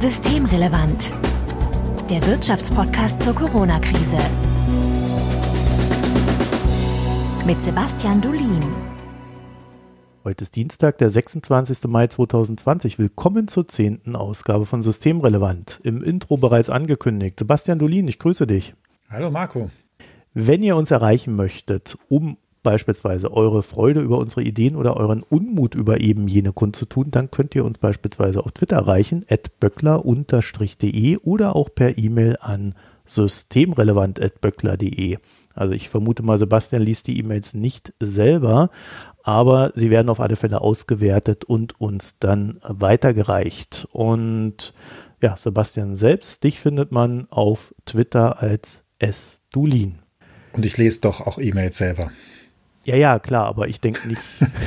Systemrelevant. Der Wirtschaftspodcast zur Corona-Krise. Mit Sebastian Dulin. Heute ist Dienstag, der 26. Mai 2020. Willkommen zur 10. Ausgabe von Systemrelevant. Im Intro bereits angekündigt. Sebastian Dulin, ich grüße dich. Hallo Marco. Wenn ihr uns erreichen möchtet, um beispielsweise eure Freude über unsere Ideen oder euren Unmut über eben jene kundzutun, dann könnt ihr uns beispielsweise auf Twitter erreichen, @böckler_de oder auch per E-Mail an systemrelevant@böckler.de. Also ich vermute mal, Sebastian liest die E-Mails nicht selber, aber sie werden auf alle Fälle ausgewertet und uns dann weitergereicht. Und ja, Sebastian selbst, dich findet man auf Twitter als @sdulin. Und ich lese doch auch E-Mails selber. Ja, klar, aber ich denke nicht.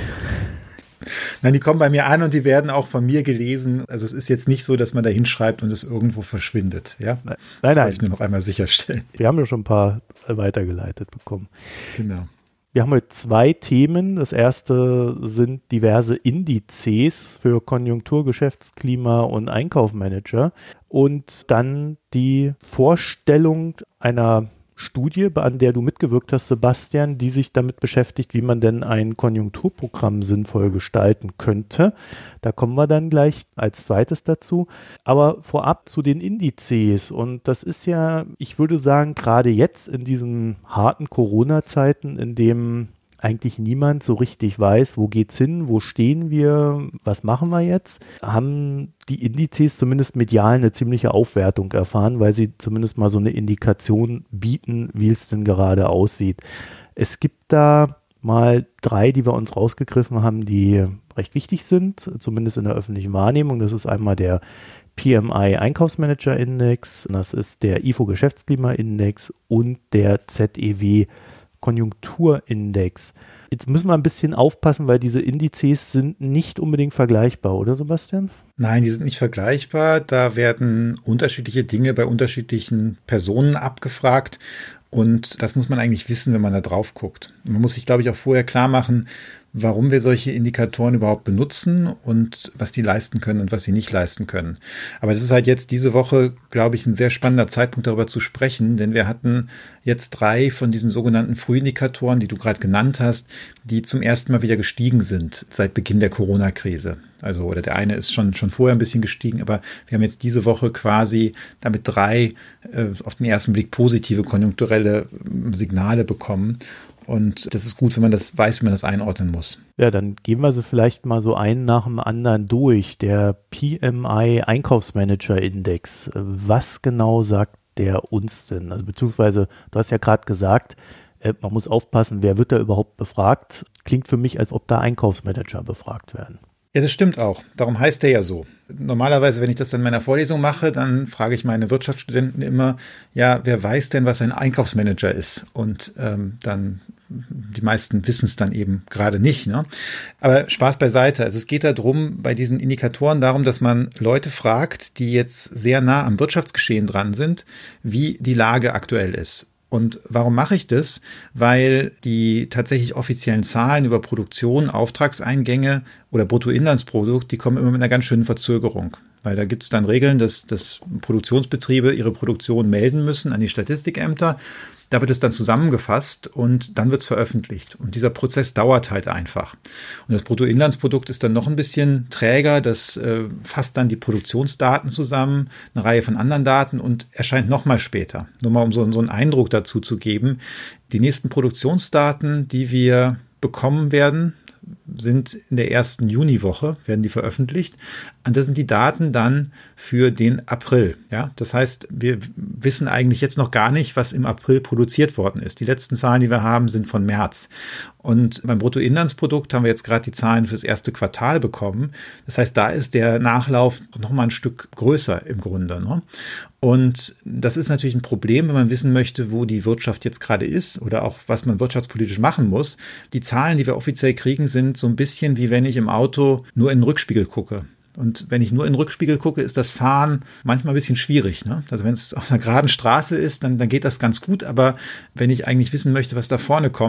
Nein, die kommen bei mir an und die werden auch von mir gelesen. Also es ist jetzt nicht so, dass man da hinschreibt und es irgendwo verschwindet. Ja? Nein. Das wollte ich mir noch einmal sicherstellen. Wir haben ja schon ein paar weitergeleitet bekommen. Genau. Wir haben heute 2 Themen. Das erste sind diverse Indizes für Konjunktur, Geschäftsklima und Einkaufsmanager. Und dann die Vorstellung einer Studie, an der du mitgewirkt hast, Sebastian, die sich damit beschäftigt, wie man denn ein Konjunkturprogramm sinnvoll gestalten könnte. Da kommen wir dann gleich als zweites dazu. Aber vorab zu den Indizes. Und das ist ja, ich würde sagen, gerade jetzt in diesen harten Corona-Zeiten, in dem eigentlich niemand so richtig weiß, wo geht's hin, wo stehen wir, was machen wir jetzt, haben die Indizes zumindest medial eine ziemliche Aufwertung erfahren, weil sie zumindest mal so eine Indikation bieten, wie es denn gerade aussieht. Es gibt da mal 3, die wir uns rausgegriffen haben, die recht wichtig sind, zumindest in der öffentlichen Wahrnehmung. Das ist einmal der PMI Einkaufsmanager Index, das ist der IFO Geschäftsklima Index und der ZEW Konjunkturindex. Jetzt müssen wir ein bisschen aufpassen, weil diese Indizes sind nicht unbedingt vergleichbar, oder Sebastian? Nein, die sind nicht vergleichbar. Da werden unterschiedliche Dinge bei unterschiedlichen Personen abgefragt. Und das muss man eigentlich wissen, wenn man da drauf guckt. Man muss sich, glaube ich, auch vorher klar machen, warum wir solche Indikatoren überhaupt benutzen und was die leisten können und was sie nicht leisten können. Aber das ist halt jetzt diese Woche, glaube ich, ein sehr spannender Zeitpunkt, darüber zu sprechen, denn wir hatten jetzt 3 von diesen sogenannten Frühindikatoren, die du gerade genannt hast, die zum ersten Mal wieder gestiegen sind seit Beginn der Corona-Krise. Also, oder der eine ist schon vorher ein bisschen gestiegen, aber wir haben jetzt diese Woche quasi damit 3 auf den ersten Blick positive konjunkturelle Signale bekommen. Und das ist gut, wenn man das weiß, wie man das einordnen muss. Ja, dann gehen wir sie vielleicht mal so einen nach dem anderen durch. Der PMI Einkaufsmanager Index, was genau sagt der uns denn? Also beziehungsweise, du hast ja gerade gesagt, man muss aufpassen, wer wird da überhaupt befragt? Klingt für mich, als ob da Einkaufsmanager befragt werden. Ja, das stimmt auch. Darum heißt der ja so. Normalerweise, wenn ich das in meiner Vorlesung mache, dann frage ich meine Wirtschaftsstudenten immer, ja, wer weiß denn, was ein Einkaufsmanager ist? Und dann, die meisten wissen es dann eben gerade nicht, ne? Aber Spaß beiseite. Also es geht darum, bei diesen Indikatoren darum, dass man Leute fragt, die jetzt sehr nah am Wirtschaftsgeschehen dran sind, wie die Lage aktuell ist. Und warum mache ich das? Weil die tatsächlich offiziellen Zahlen über Produktion, Auftragseingänge oder Bruttoinlandsprodukt, die kommen immer mit einer ganz schönen Verzögerung. Weil da gibt es dann Regeln, dass Produktionsbetriebe ihre Produktion melden müssen an die Statistikämter. Da wird es dann zusammengefasst und dann wird es veröffentlicht. Und dieser Prozess dauert halt einfach. Und das Bruttoinlandsprodukt ist dann noch ein bisschen träger. Das fasst dann die Produktionsdaten zusammen, eine Reihe von anderen Daten und erscheint noch mal später. Nur mal um so einen Eindruck dazu zu geben. Die nächsten Produktionsdaten, die wir bekommen werden, sind in der ersten Juniwoche, werden die veröffentlicht. Und das sind die Daten dann für den April. Ja, das heißt, wir wissen eigentlich jetzt noch gar nicht, was im April produziert worden ist. Die letzten Zahlen, die wir haben, sind von März. Und beim Bruttoinlandsprodukt haben wir jetzt gerade die Zahlen fürs erste Quartal bekommen. Das heißt, da ist der Nachlauf noch mal ein Stück größer im Grunde, ne? Und das ist natürlich ein Problem, wenn man wissen möchte, wo die Wirtschaft jetzt gerade ist oder auch, was man wirtschaftspolitisch machen muss. Die Zahlen, die wir offiziell kriegen, sind so ein bisschen wie wenn ich im Auto nur in den Rückspiegel gucke. Und wenn ich nur in den Rückspiegel gucke, ist das Fahren manchmal ein bisschen schwierig, ne? Also wenn es auf einer geraden Straße ist, dann geht das ganz gut. Aber wenn ich eigentlich wissen möchte, was da vorne kommt,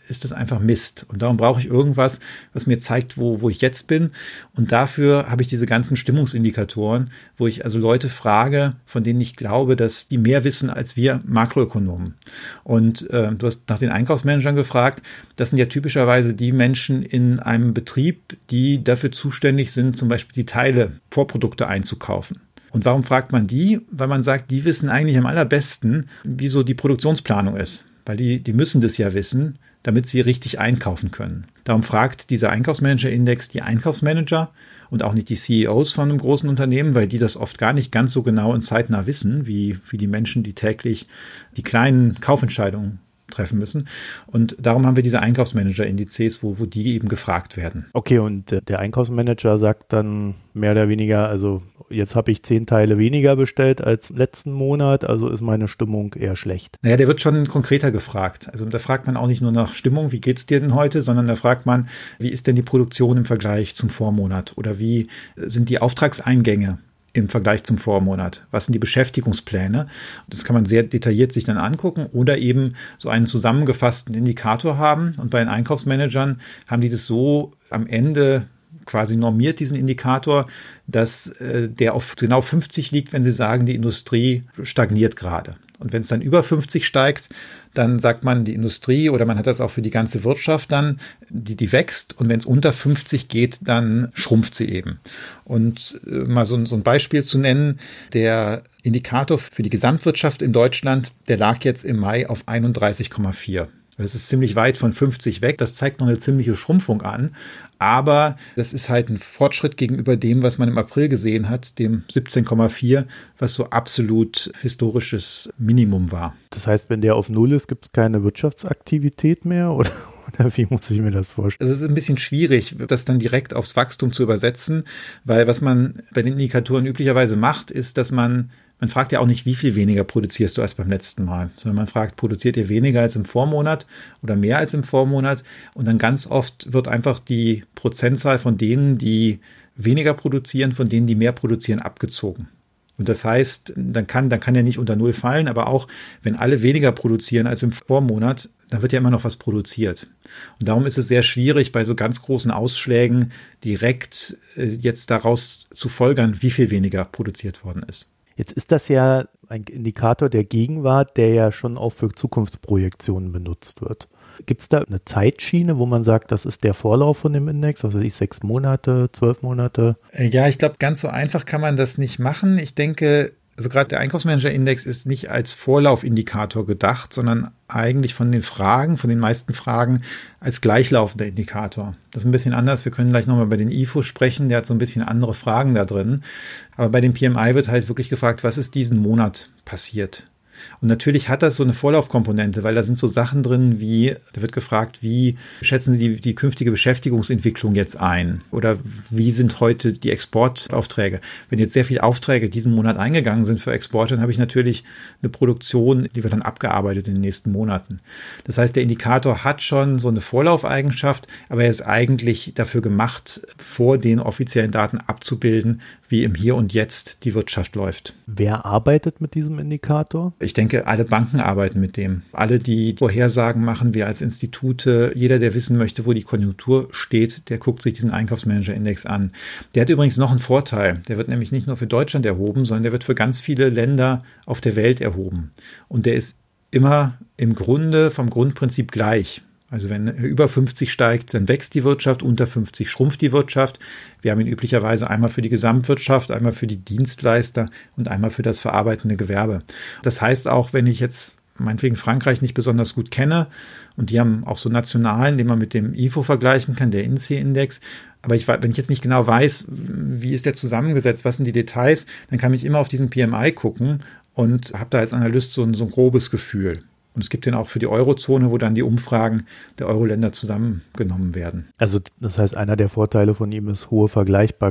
ist das einfach Mist. Und darum brauche ich irgendwas, was mir zeigt, wo ich jetzt bin. Und dafür habe ich diese ganzen Stimmungsindikatoren, wo ich also Leute frage, von denen ich glaube, dass die mehr wissen als wir Makroökonomen. Und du hast nach den Einkaufsmanagern gefragt. Das sind ja typischerweise die Menschen in einem Betrieb, die dafür zuständig sind, zum Beispiel die Teile, Vorprodukte einzukaufen. Und warum fragt man die? Weil man sagt, die wissen eigentlich am allerbesten, wie so die Produktionsplanung ist. Weil die müssen das ja wissen, damit sie richtig einkaufen können. Darum fragt dieser Einkaufsmanager-Index die Einkaufsmanager und auch nicht die CEOs von einem großen Unternehmen, weil die das oft gar nicht ganz so genau und zeitnah wissen, wie die Menschen, die täglich die kleinen Kaufentscheidungen treffen müssen. Und darum haben wir diese Einkaufsmanager-Indizes, wo die eben gefragt werden. Okay, und der Einkaufsmanager sagt dann mehr oder weniger, also jetzt habe ich 10 Teile weniger bestellt als letzten Monat, also ist meine Stimmung eher schlecht. Naja, der wird schon konkreter gefragt. Also da fragt man auch nicht nur nach Stimmung, wie geht's dir denn heute, sondern da fragt man, wie ist denn die Produktion im Vergleich zum Vormonat oder wie sind die Auftragseingänge im Vergleich zum Vormonat? Was sind die Beschäftigungspläne? Das kann man sehr detailliert sich dann angucken oder eben so einen zusammengefassten Indikator haben. Und bei den Einkaufsmanagern haben die das so am Ende quasi normiert, diesen Indikator, dass der auf genau 50 liegt, wenn sie sagen, die Industrie stagniert gerade. Und wenn es dann über 50 steigt, dann sagt man, die Industrie oder man hat das auch für die ganze Wirtschaft dann, die wächst. Und wenn es unter 50 geht, dann schrumpft sie eben. Und mal so ein Beispiel zu nennen, der Indikator für die Gesamtwirtschaft in Deutschland, der lag jetzt im Mai auf 31,4. Das ist ziemlich weit von 50 weg. Das zeigt noch eine ziemliche Schrumpfung an. Aber das ist halt ein Fortschritt gegenüber dem, was man im April gesehen hat, dem 17,4, was so absolut historisches Minimum war. Das heißt, wenn der auf Null ist, gibt es keine Wirtschaftsaktivität mehr oder wie muss ich mir das vorstellen? Es ist ein bisschen schwierig, das dann direkt aufs Wachstum zu übersetzen, weil was man bei den Indikatoren üblicherweise macht, ist, dass man fragt ja auch nicht, wie viel weniger produzierst du als beim letzten Mal, sondern man fragt, produziert ihr weniger als im Vormonat oder mehr als im Vormonat? Und dann ganz oft wird einfach die Prozentzahl von denen, die weniger produzieren, von denen, die mehr produzieren, abgezogen. Und das heißt, dann kann er nicht unter Null fallen, aber auch wenn alle weniger produzieren als im Vormonat, dann wird ja immer noch was produziert. Und darum ist es sehr schwierig, bei so ganz großen Ausschlägen direkt jetzt daraus zu folgern, wie viel weniger produziert worden ist. Jetzt ist das ja ein Indikator der Gegenwart, der ja schon auch für Zukunftsprojektionen benutzt wird. Gibt es da eine Zeitschiene, wo man sagt, das ist der Vorlauf von dem Index, also 6 Monate, 12 Monate? Ja, ich glaube, ganz so einfach kann man das nicht machen. Ich denke, also gerade der Einkaufsmanager-Index ist nicht als Vorlaufindikator gedacht, sondern eigentlich von den meisten Fragen als gleichlaufender Indikator. Das ist ein bisschen anders. Wir können gleich nochmal bei den IFO sprechen. Der hat so ein bisschen andere Fragen da drin. Aber bei dem PMI wird halt wirklich gefragt, was ist diesen Monat passiert? Und natürlich hat das so eine Vorlaufkomponente, weil da sind so Sachen drin wie, da wird gefragt, wie schätzen Sie die künftige Beschäftigungsentwicklung jetzt ein? Oder wie sind heute die Exportaufträge? Wenn jetzt sehr viele Aufträge diesen Monat eingegangen sind für Exporte, dann habe ich natürlich eine Produktion, die wird dann abgearbeitet in den nächsten Monaten. Das heißt, der Indikator hat schon so eine Vorlaufeigenschaft, aber er ist eigentlich dafür gemacht, vor den offiziellen Daten abzubilden, wie im Hier und Jetzt die Wirtschaft läuft. Wer arbeitet mit diesem Indikator? Ich denke, alle Banken arbeiten mit dem. Alle, die Vorhersagen machen, wir als Institute, jeder, der wissen möchte, wo die Konjunktur steht, der guckt sich diesen Einkaufsmanager-Index an. Der hat übrigens noch einen Vorteil. Der wird nämlich nicht nur für Deutschland erhoben, sondern der wird für ganz viele Länder auf der Welt erhoben. Und der ist immer im Grunde vom Grundprinzip gleich. Also wenn er über 50 steigt, dann wächst die Wirtschaft, unter 50 schrumpft die Wirtschaft. Wir haben ihn üblicherweise einmal für die Gesamtwirtschaft, einmal für die Dienstleister und einmal für das verarbeitende Gewerbe. Das heißt auch, wenn ich jetzt meinetwegen Frankreich nicht besonders gut kenne und die haben auch so nationalen, den man mit dem IFO vergleichen kann, der INSEE-Index, aber wenn ich jetzt nicht genau weiß, wie ist der zusammengesetzt, was sind die Details, dann kann ich immer auf diesen PMI gucken und habe da als Analyst so ein grobes Gefühl. Und es gibt den auch für die Eurozone, wo dann die Umfragen der Euro-Länder zusammengenommen werden. Also das heißt, einer der Vorteile von ihm ist hohe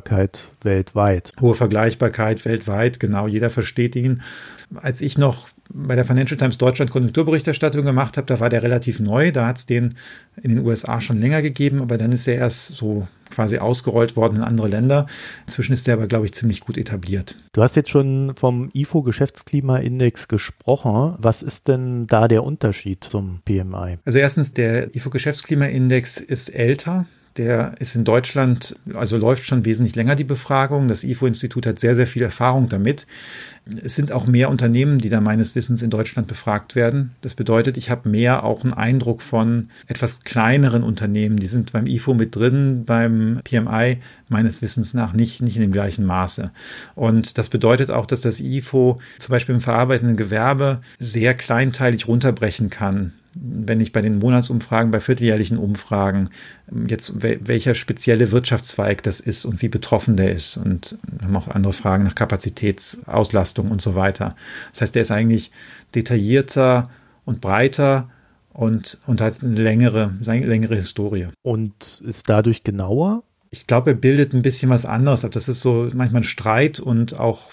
Vergleichbarkeit weltweit. Hohe Vergleichbarkeit weltweit, genau, jeder versteht ihn. Als ich noch bei der Financial Times Deutschland Konjunkturberichterstattung gemacht habe, da war der relativ neu. Da hat es den in den USA schon länger gegeben, aber dann ist er erst so quasi ausgerollt worden in andere Länder. Inzwischen ist der aber, glaube ich, ziemlich gut etabliert. Du hast jetzt schon vom IFO-Geschäftsklimaindex gesprochen. Was ist denn da der Unterschied zum PMI? Also erstens, der IFO-Geschäftsklimaindex ist älter. Der ist in Deutschland, also läuft schon wesentlich länger die Befragung. Das IFO-Institut hat sehr, sehr viel Erfahrung damit. Es sind auch mehr Unternehmen, die da meines Wissens in Deutschland befragt werden. Das bedeutet, ich habe mehr auch einen Eindruck von etwas kleineren Unternehmen. Die sind beim IFO mit drin, beim PMI meines Wissens nach nicht in dem gleichen Maße. Und das bedeutet auch, dass das IFO zum Beispiel im verarbeitenden Gewerbe sehr kleinteilig runterbrechen kann. Wenn ich bei den Monatsumfragen, bei vierteljährlichen Umfragen jetzt welcher spezielle Wirtschaftszweig das ist und wie betroffen der ist, und wir haben auch andere Fragen nach Kapazitätsauslastung und so weiter. Das heißt, der ist eigentlich detaillierter und breiter und hat eine längere Historie. Und ist dadurch genauer? Ich glaube, er bildet ein bisschen was anderes, aber das ist so manchmal ein Streit und auch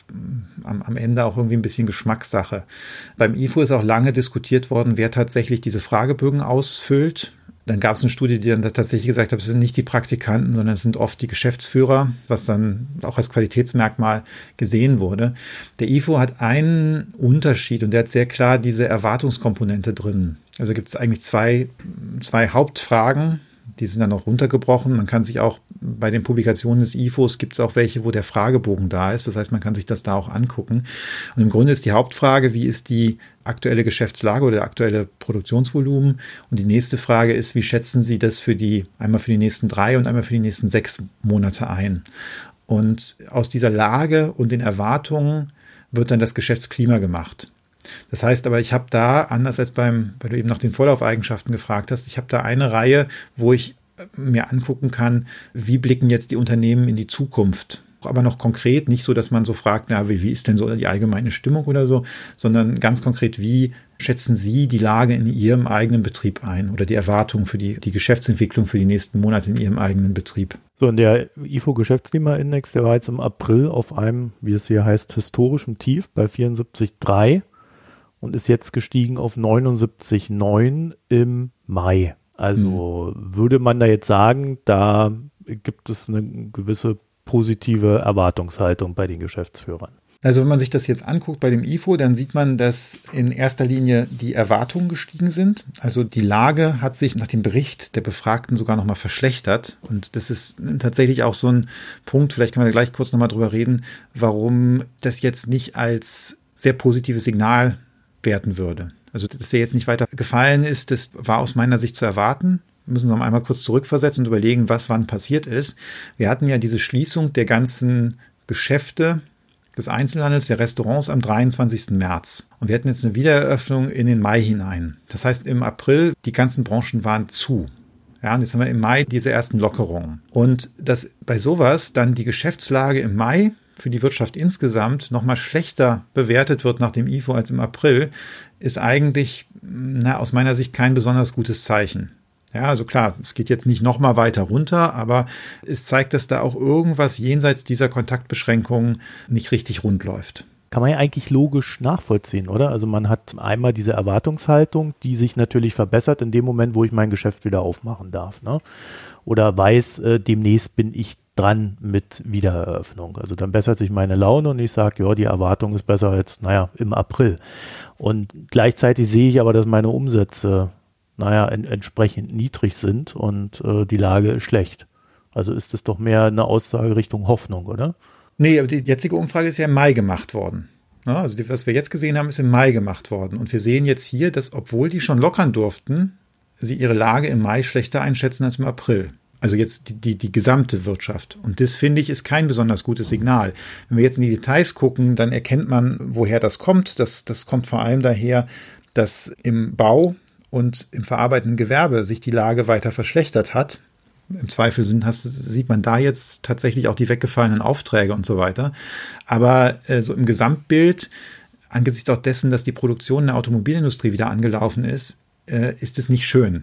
am Ende auch irgendwie ein bisschen Geschmackssache. Beim IFO ist auch lange diskutiert worden, wer tatsächlich diese Fragebögen ausfüllt. Dann gab es eine Studie, die dann tatsächlich gesagt hat, es sind nicht die Praktikanten, sondern es sind oft die Geschäftsführer, was dann auch als Qualitätsmerkmal gesehen wurde. Der IFO hat einen Unterschied und der hat sehr klar diese Erwartungskomponente drin. Also gibt es eigentlich zwei Hauptfragen. Die sind dann auch runtergebrochen. Man kann sich auch bei den Publikationen des IFOs gibt es auch welche, wo der Fragebogen da ist. Das heißt, man kann sich das da auch angucken. Und im Grunde ist die Hauptfrage, wie ist die aktuelle Geschäftslage oder der aktuelle Produktionsvolumen? Und die nächste Frage ist, wie schätzen Sie das einmal für die nächsten 3 und einmal für die nächsten 6 Monate ein? Und aus dieser Lage und den Erwartungen wird dann das Geschäftsklima gemacht. Das heißt aber, ich habe da, anders als weil du eben nach den Vorlaufeigenschaften gefragt hast, ich habe da eine Reihe, wo ich mir angucken kann, wie blicken jetzt die Unternehmen in die Zukunft. Aber noch konkret, nicht so, dass man so fragt, wie ist denn so die allgemeine Stimmung oder so, sondern ganz konkret, wie schätzen Sie die Lage in Ihrem eigenen Betrieb ein oder die Erwartungen für die Geschäftsentwicklung für die nächsten Monate in Ihrem eigenen Betrieb? So, und der IFO-Geschäftsklimaindex, der war jetzt im April auf einem, wie es hier heißt, historischen Tief bei 74,3. Und ist jetzt gestiegen auf 79,9 im Mai. Also würde man da jetzt sagen, da gibt es eine gewisse positive Erwartungshaltung bei den Geschäftsführern. Also wenn man sich das jetzt anguckt bei dem IFO, dann sieht man, dass in erster Linie die Erwartungen gestiegen sind. Also die Lage hat sich nach dem Bericht der Befragten sogar nochmal verschlechtert. Und das ist tatsächlich auch so ein Punkt, vielleicht können wir da gleich kurz nochmal drüber reden, warum das jetzt nicht als sehr positives Signal werten würde. Also, dass der jetzt nicht weiter gefallen ist, das war aus meiner Sicht zu erwarten. Wir müssen noch einmal kurz zurückversetzen und überlegen, was wann passiert ist. Wir hatten ja diese Schließung der ganzen Geschäfte des Einzelhandels, der Restaurants am 23. März. Und wir hatten jetzt eine Wiedereröffnung in den Mai hinein. Das heißt, im April, die ganzen Branchen waren zu. Ja, und jetzt haben wir im Mai diese ersten Lockerungen. Und dass bei sowas dann die Geschäftslage im Mai für die Wirtschaft insgesamt nochmal schlechter bewertet wird nach dem IFO als im April, ist eigentlich aus meiner Sicht kein besonders gutes Zeichen. Ja, also klar, es geht jetzt nicht nochmal weiter runter, aber es zeigt, dass da auch irgendwas jenseits dieser Kontaktbeschränkungen nicht richtig rund läuft. Kann man ja eigentlich logisch nachvollziehen, oder? Also man hat einmal diese Erwartungshaltung, die sich natürlich verbessert in dem Moment, wo ich mein Geschäft wieder aufmachen darf, ne? Oder weiß, demnächst bin ich dran mit Wiedereröffnung. Also dann bessert sich meine Laune und ich sage, ja, die Erwartung ist besser als, im April. Und gleichzeitig sehe ich aber, dass meine Umsätze, entsprechend niedrig sind und die Lage ist schlecht. Also ist es doch mehr eine Aussage Richtung Hoffnung, oder? Nee, aber die jetzige Umfrage ist ja im Mai gemacht worden. Ja, also was wir jetzt gesehen haben, ist im Mai gemacht worden. Und wir sehen jetzt hier, dass obwohl die schon lockern durften, sie ihre Lage im Mai schlechter einschätzen als im April. Also jetzt die gesamte Wirtschaft. Und das, finde ich, ist kein besonders gutes Signal. Wenn wir jetzt in die Details gucken, dann erkennt man, woher das kommt. Das kommt vor allem daher, dass im Bau und im verarbeitenden Gewerbe sich die Lage weiter verschlechtert hat. Im Zweifel sieht man da jetzt tatsächlich auch die weggefallenen Aufträge und so weiter. Aber so im Gesamtbild, angesichts auch dessen, dass die Produktion in der Automobilindustrie wieder angelaufen ist es nicht schön.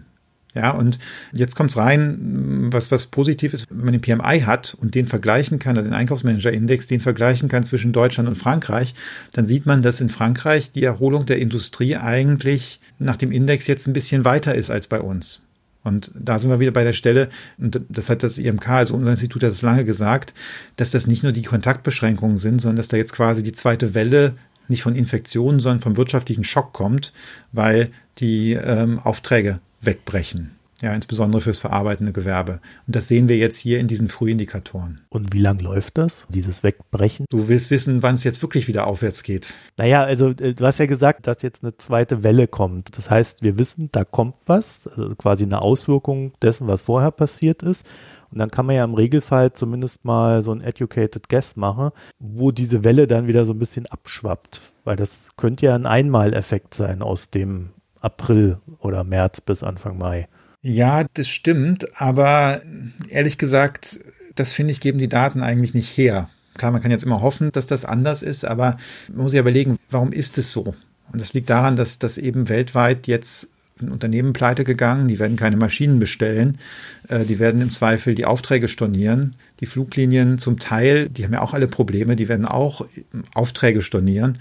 Ja, und jetzt kommt's rein, was positiv ist, wenn man den PMI hat und den vergleichen kann, also den Einkaufsmanager-Index, den vergleichen kann zwischen Deutschland und Frankreich, dann sieht man, dass in Frankreich die Erholung der Industrie eigentlich nach dem Index jetzt ein bisschen weiter ist als bei uns. Und da sind wir wieder bei der Stelle, und das hat das IMK, also unser Institut, hat es lange gesagt, dass das nicht nur die Kontaktbeschränkungen sind, sondern dass da jetzt quasi die zweite Welle nicht von Infektionen, sondern vom wirtschaftlichen Schock kommt, weil die Aufträge wegbrechen. Ja, insbesondere fürs verarbeitende Gewerbe. Und das sehen wir jetzt hier in diesen Frühindikatoren. Und wie lang läuft das, dieses Wegbrechen? Du willst wissen, wann es jetzt wirklich wieder aufwärts geht. Naja, also du hast ja gesagt, dass jetzt eine zweite Welle kommt. Das heißt, wir wissen, da kommt was, also quasi eine Auswirkung dessen, was vorher passiert ist. Und dann kann man ja im Regelfall zumindest mal so ein educated guess machen, wo diese Welle dann wieder so ein bisschen abschwappt. Weil das könnte ja ein Einmaleffekt sein aus dem April oder März bis Anfang Mai. Ja, das stimmt, aber ehrlich gesagt, das finde ich, geben die Daten eigentlich nicht her. Klar, man kann jetzt immer hoffen, dass das anders ist, aber man muss ja überlegen, warum ist es so? Und das liegt daran, dass das eben weltweit jetzt ein Unternehmen pleite gegangen, die werden keine Maschinen bestellen, die werden im Zweifel die Aufträge stornieren. Die Fluglinien zum Teil, die haben ja auch alle Probleme, die werden auch Aufträge stornieren.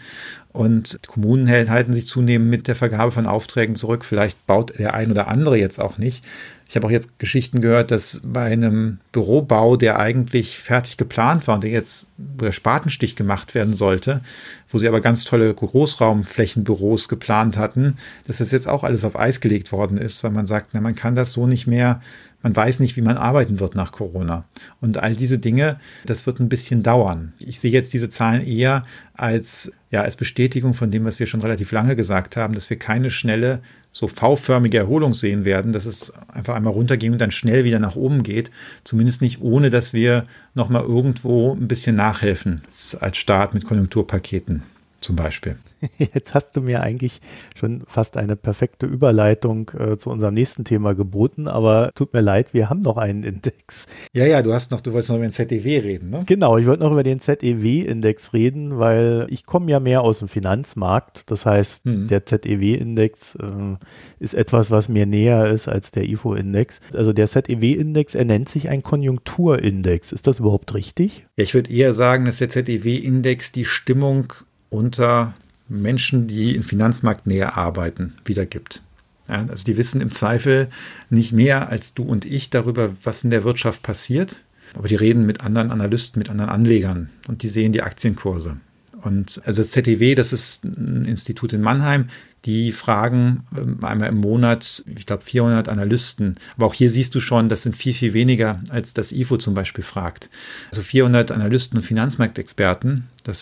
Und Kommunen halten sich zunehmend mit der Vergabe von Aufträgen zurück. Vielleicht baut der ein oder andere jetzt auch nicht. Ich habe auch jetzt Geschichten gehört, dass bei einem Bürobau, der eigentlich fertig geplant war und wo der Spatenstich gemacht werden sollte, wo sie aber ganz tolle Großraumflächenbüros geplant hatten, dass das jetzt auch alles auf Eis gelegt worden ist, weil man sagt, man kann das so nicht mehr, man weiß nicht, wie man arbeiten wird nach Corona. Und all diese Dinge, das wird ein bisschen dauern. Ich sehe jetzt diese Zahlen eher als Bestätigung von dem, was wir schon relativ lange gesagt haben, dass wir keine schnelle, so V-förmige Erholung sehen werden, dass es einfach einmal runterging und dann schnell wieder nach oben geht. Zumindest nicht, ohne dass wir nochmal irgendwo ein bisschen nachhelfen, als Staat mit Konjunkturpaketen zum Beispiel. Jetzt hast du mir eigentlich schon fast eine perfekte Überleitung zu unserem nächsten Thema geboten, aber tut mir leid, wir haben noch einen Index. Ja, du wolltest noch über den ZEW reden, ne? Genau, ich wollte noch über den ZEW-Index reden, weil ich komme ja mehr aus dem Finanzmarkt. Das heißt, der ZEW-Index ist etwas, was mir näher ist als der IFO-Index. Also der ZEW-Index, er nennt sich ein Konjunkturindex. Ist das überhaupt richtig? Ja, ich würde eher sagen, dass der ZEW-Index die Stimmung unter Menschen, die im Finanzmarktnähe arbeiten, wiedergibt. Ja, also die wissen im Zweifel nicht mehr als du und ich darüber, was in der Wirtschaft passiert, aber die reden mit anderen Analysten, mit anderen Anlegern und die sehen die Aktienkurse. Und also das ZEW, das ist ein Institut in Mannheim, die fragen einmal im Monat, ich glaube 400 Analysten. Aber auch hier siehst du schon, das sind viel, viel weniger, als das IFO zum Beispiel fragt. Also 400 Analysten und Finanzmarktexperten,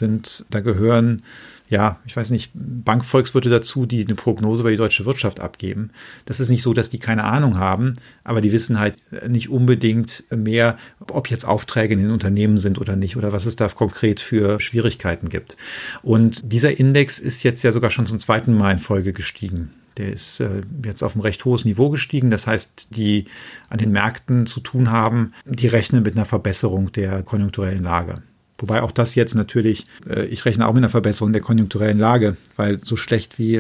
da gehören, ich weiß nicht, Bankvolkswirte dazu, die eine Prognose über die deutsche Wirtschaft abgeben. Das ist nicht so, dass die keine Ahnung haben, aber die wissen halt nicht unbedingt mehr, ob jetzt Aufträge in den Unternehmen sind oder nicht oder was es da konkret für Schwierigkeiten gibt. Und dieser Index ist jetzt ja sogar schon zum zweiten Mal in Folge gestiegen. Der ist jetzt auf ein recht hohes Niveau gestiegen. Das heißt, die an den Märkten zu tun haben, die rechnen mit einer Verbesserung der konjunkturellen Lage. Wobei auch das jetzt natürlich, ich rechne auch mit einer Verbesserung der konjunkturellen Lage, weil so schlecht wie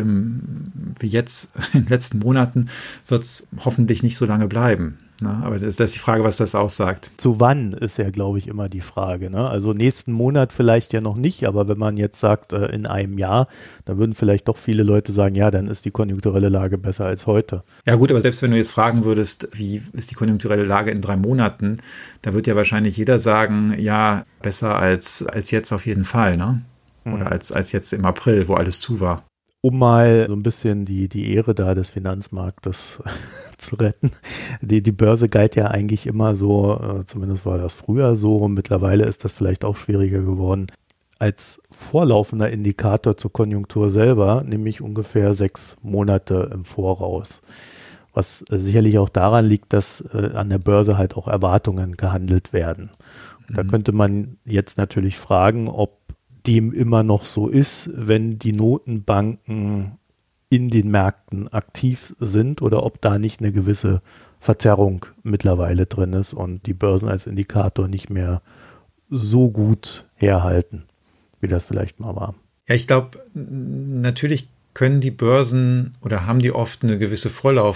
jetzt in den letzten Monaten wird es hoffentlich nicht so lange bleiben. Ne? Aber das ist die Frage, was das aussagt. Zu wann ist ja, glaube ich, immer die Frage. Ne? Also nächsten Monat vielleicht ja noch nicht, aber wenn man jetzt sagt, in einem Jahr, dann würden vielleicht doch viele Leute sagen, ja, dann ist die konjunkturelle Lage besser als heute. Ja gut, aber selbst wenn du jetzt fragen würdest, wie ist die konjunkturelle Lage in 3 Monaten, da wird ja wahrscheinlich jeder sagen, ja, besser als jetzt auf jeden Fall, ne? Oder als jetzt im April, wo alles zu war. Um mal so ein bisschen die Ehre da des Finanzmarktes zu retten. Die Börse galt ja eigentlich immer so, zumindest war das früher so, mittlerweile ist das vielleicht auch schwieriger geworden, als vorlaufender Indikator zur Konjunktur selber, nämlich ungefähr 6 Monate im Voraus. Was sicherlich auch daran liegt, dass an der Börse halt auch Erwartungen gehandelt werden. Da könnte man jetzt natürlich fragen, ob dem immer noch so ist, wenn die Notenbanken in den Märkten aktiv sind oder ob da nicht eine gewisse Verzerrung mittlerweile drin ist und die Börsen als Indikator nicht mehr so gut herhalten, wie das vielleicht mal war. Ja, ich glaube, natürlich können die Börsen oder haben die oft eine gewisse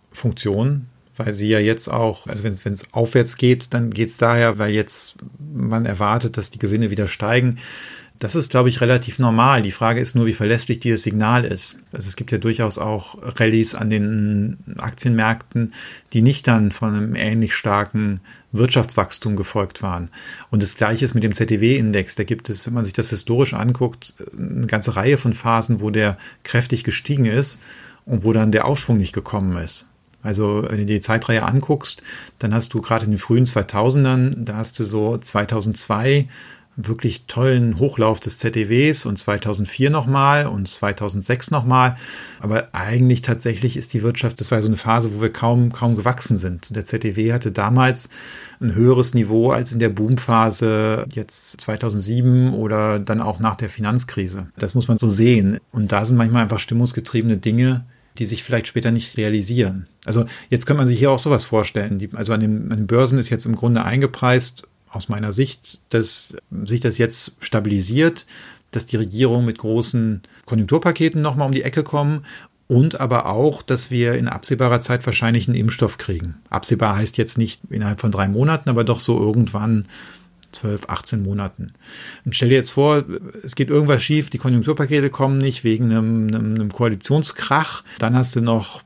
Funktion, weil sie ja jetzt auch, also wenn es aufwärts geht, dann geht es daher, weil jetzt man erwartet, dass die Gewinne wieder steigen. Das ist, glaube ich, relativ normal. Die Frage ist nur, wie verlässlich dieses Signal ist. Also es gibt ja durchaus auch Rallyes an den Aktienmärkten, die nicht dann von einem ähnlich starken Wirtschaftswachstum gefolgt waren. Und das Gleiche ist mit dem ZEW-Index. Da gibt es, wenn man sich das historisch anguckt, eine ganze Reihe von Phasen, wo der kräftig gestiegen ist und wo dann der Aufschwung nicht gekommen ist. Also wenn du dir die Zeitreihe anguckst, dann hast du gerade in den frühen 2000ern, da hast du so 2002 wirklich tollen Hochlauf des ZEWs und 2004 nochmal und 2006 nochmal. Aber eigentlich tatsächlich ist die Wirtschaft, das war so eine Phase, wo wir kaum gewachsen sind. Und der ZEW hatte damals ein höheres Niveau als in der Boomphase jetzt 2007 oder dann auch nach der Finanzkrise. Das muss man so sehen. Und da sind manchmal einfach stimmungsgetriebene Dinge, die sich vielleicht später nicht realisieren. Also jetzt könnte man sich hier auch sowas vorstellen. Also an den Börsen ist jetzt im Grunde eingepreist, aus meiner Sicht, dass sich das jetzt stabilisiert, dass die Regierung mit großen Konjunkturpaketen nochmal um die Ecke kommen und aber auch, dass wir in absehbarer Zeit wahrscheinlich einen Impfstoff kriegen. Absehbar heißt jetzt nicht innerhalb von 3 Monaten, aber doch so irgendwann 12, 18 Monaten. Und stell dir jetzt vor, es geht irgendwas schief, die Konjunkturpakete kommen nicht wegen einem Koalitionskrach. Dann hast du noch,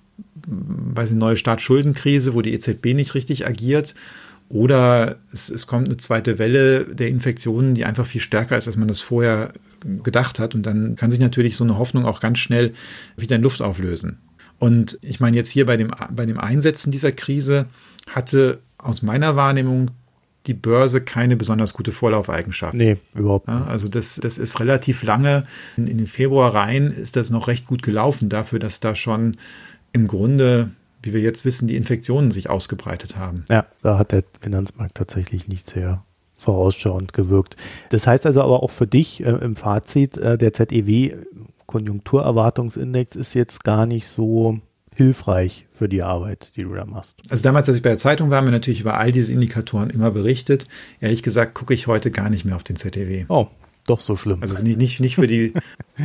neue Staatsschuldenkrise, wo die EZB nicht richtig agiert. Oder es kommt eine zweite Welle der Infektionen, die einfach viel stärker ist, als man das vorher gedacht hat. Und dann kann sich natürlich so eine Hoffnung auch ganz schnell wieder in Luft auflösen. Und ich meine, jetzt hier bei dem Einsetzen dieser Krise hatte aus meiner Wahrnehmung die Börse keine besonders gute Vorlaufeigenschaft. Nee, überhaupt nicht. Ja, also das ist relativ lange. In den Februar rein ist das noch recht gut gelaufen dafür, dass da schon im Grunde, wie wir jetzt wissen, die Infektionen sich ausgebreitet haben. Ja, da hat der Finanzmarkt tatsächlich nicht sehr vorausschauend gewirkt. Das heißt also aber auch für dich im Fazit, der ZEW-Konjunkturerwartungsindex ist jetzt gar nicht so hilfreich für die Arbeit, die du da machst. Also damals, als ich bei der Zeitung war, haben wir natürlich über all diese Indikatoren immer berichtet. Ehrlich gesagt gucke ich heute gar nicht mehr auf den ZEW. Oh, doch so schlimm. Also nicht für die,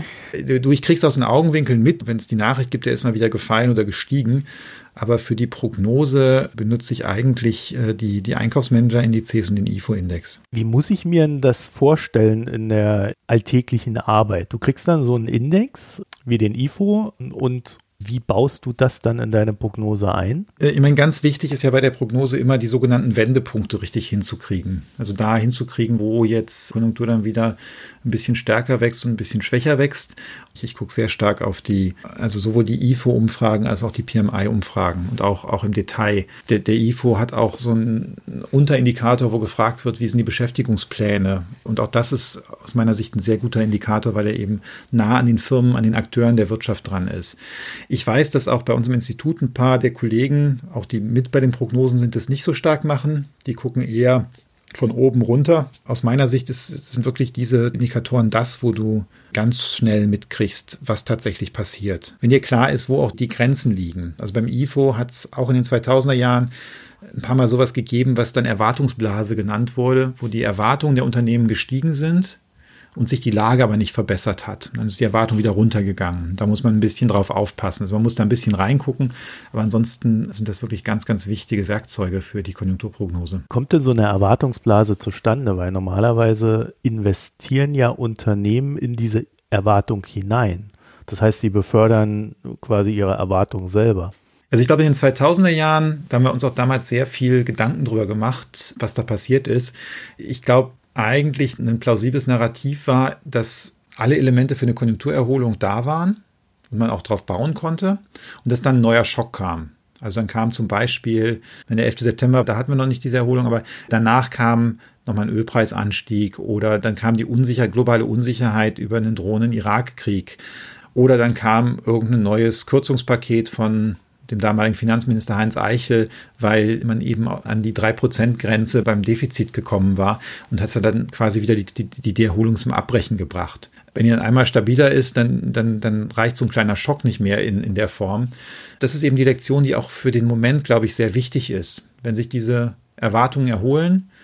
ich krieg's aus den Augenwinkeln mit, wenn es die Nachricht gibt, der ist mal wieder gefallen oder gestiegen. Aber für die Prognose benutze ich eigentlich die Einkaufsmanager-Indizes und den IFO-Index. Wie muss ich mir denn das vorstellen in der alltäglichen Arbeit? Du kriegst dann so einen Index wie den IFO und wie baust du das dann in deine Prognose ein? Ich meine, ganz wichtig ist ja bei der Prognose immer die sogenannten Wendepunkte richtig hinzukriegen. Also da hinzukriegen, wo jetzt Konjunktur dann wieder ein bisschen stärker wächst und ein bisschen schwächer wächst. Ich gucke sehr stark auf also sowohl die IFO-Umfragen als auch die PMI-Umfragen und auch im Detail. Der IFO hat auch so einen Unterindikator, wo gefragt wird, wie sind die Beschäftigungspläne? Und auch das ist aus meiner Sicht ein sehr guter Indikator, weil er eben nah an den Firmen, an den Akteuren der Wirtschaft dran ist. Ich weiß, dass auch bei uns im Institut ein paar der Kollegen, auch die mit bei den Prognosen sind, das nicht so stark machen. Die gucken eher von oben runter. Aus meiner Sicht sind wirklich diese Indikatoren das, wo du ganz schnell mitkriegst, was tatsächlich passiert. Wenn dir klar ist, wo auch die Grenzen liegen. Also beim IFO hat es auch in den 2000er Jahren ein paar Mal sowas gegeben, was dann Erwartungsblase genannt wurde, wo die Erwartungen der Unternehmen gestiegen sind und sich die Lage aber nicht verbessert hat. Dann ist die Erwartung wieder runtergegangen. Da muss man ein bisschen drauf aufpassen. Also man muss da ein bisschen reingucken, aber ansonsten sind das wirklich ganz, ganz wichtige Werkzeuge für die Konjunkturprognose. Kommt denn so eine Erwartungsblase zustande? Weil normalerweise investieren ja Unternehmen in diese Erwartung hinein. Das heißt, sie befördern quasi ihre Erwartung selber. Also ich glaube, in den 2000er Jahren, da haben wir uns auch damals sehr viel Gedanken drüber gemacht, was da passiert ist. Ich glaube, eigentlich ein plausibles Narrativ war, dass alle Elemente für eine Konjunkturerholung da waren und man auch drauf bauen konnte und dass dann ein neuer Schock kam. Also dann kam zum Beispiel, der 11. September, da hatten wir noch nicht diese Erholung, aber danach kam nochmal ein Ölpreisanstieg oder dann kam die globale Unsicherheit über einen drohenden Irakkrieg oder dann kam irgendein neues Kürzungspaket von dem damaligen Finanzminister Heinz Eichel, weil man eben an die 3%-Grenze beim Defizit gekommen war und hat dann quasi wieder die Erholung zum Abbrechen gebracht. Wenn die dann einmal stabiler ist, dann reicht so ein kleiner Schock nicht mehr in der Form. Das ist eben die Lektion, die auch für den Moment, glaube ich, sehr wichtig ist. Wenn sich diese Erwartungen erholen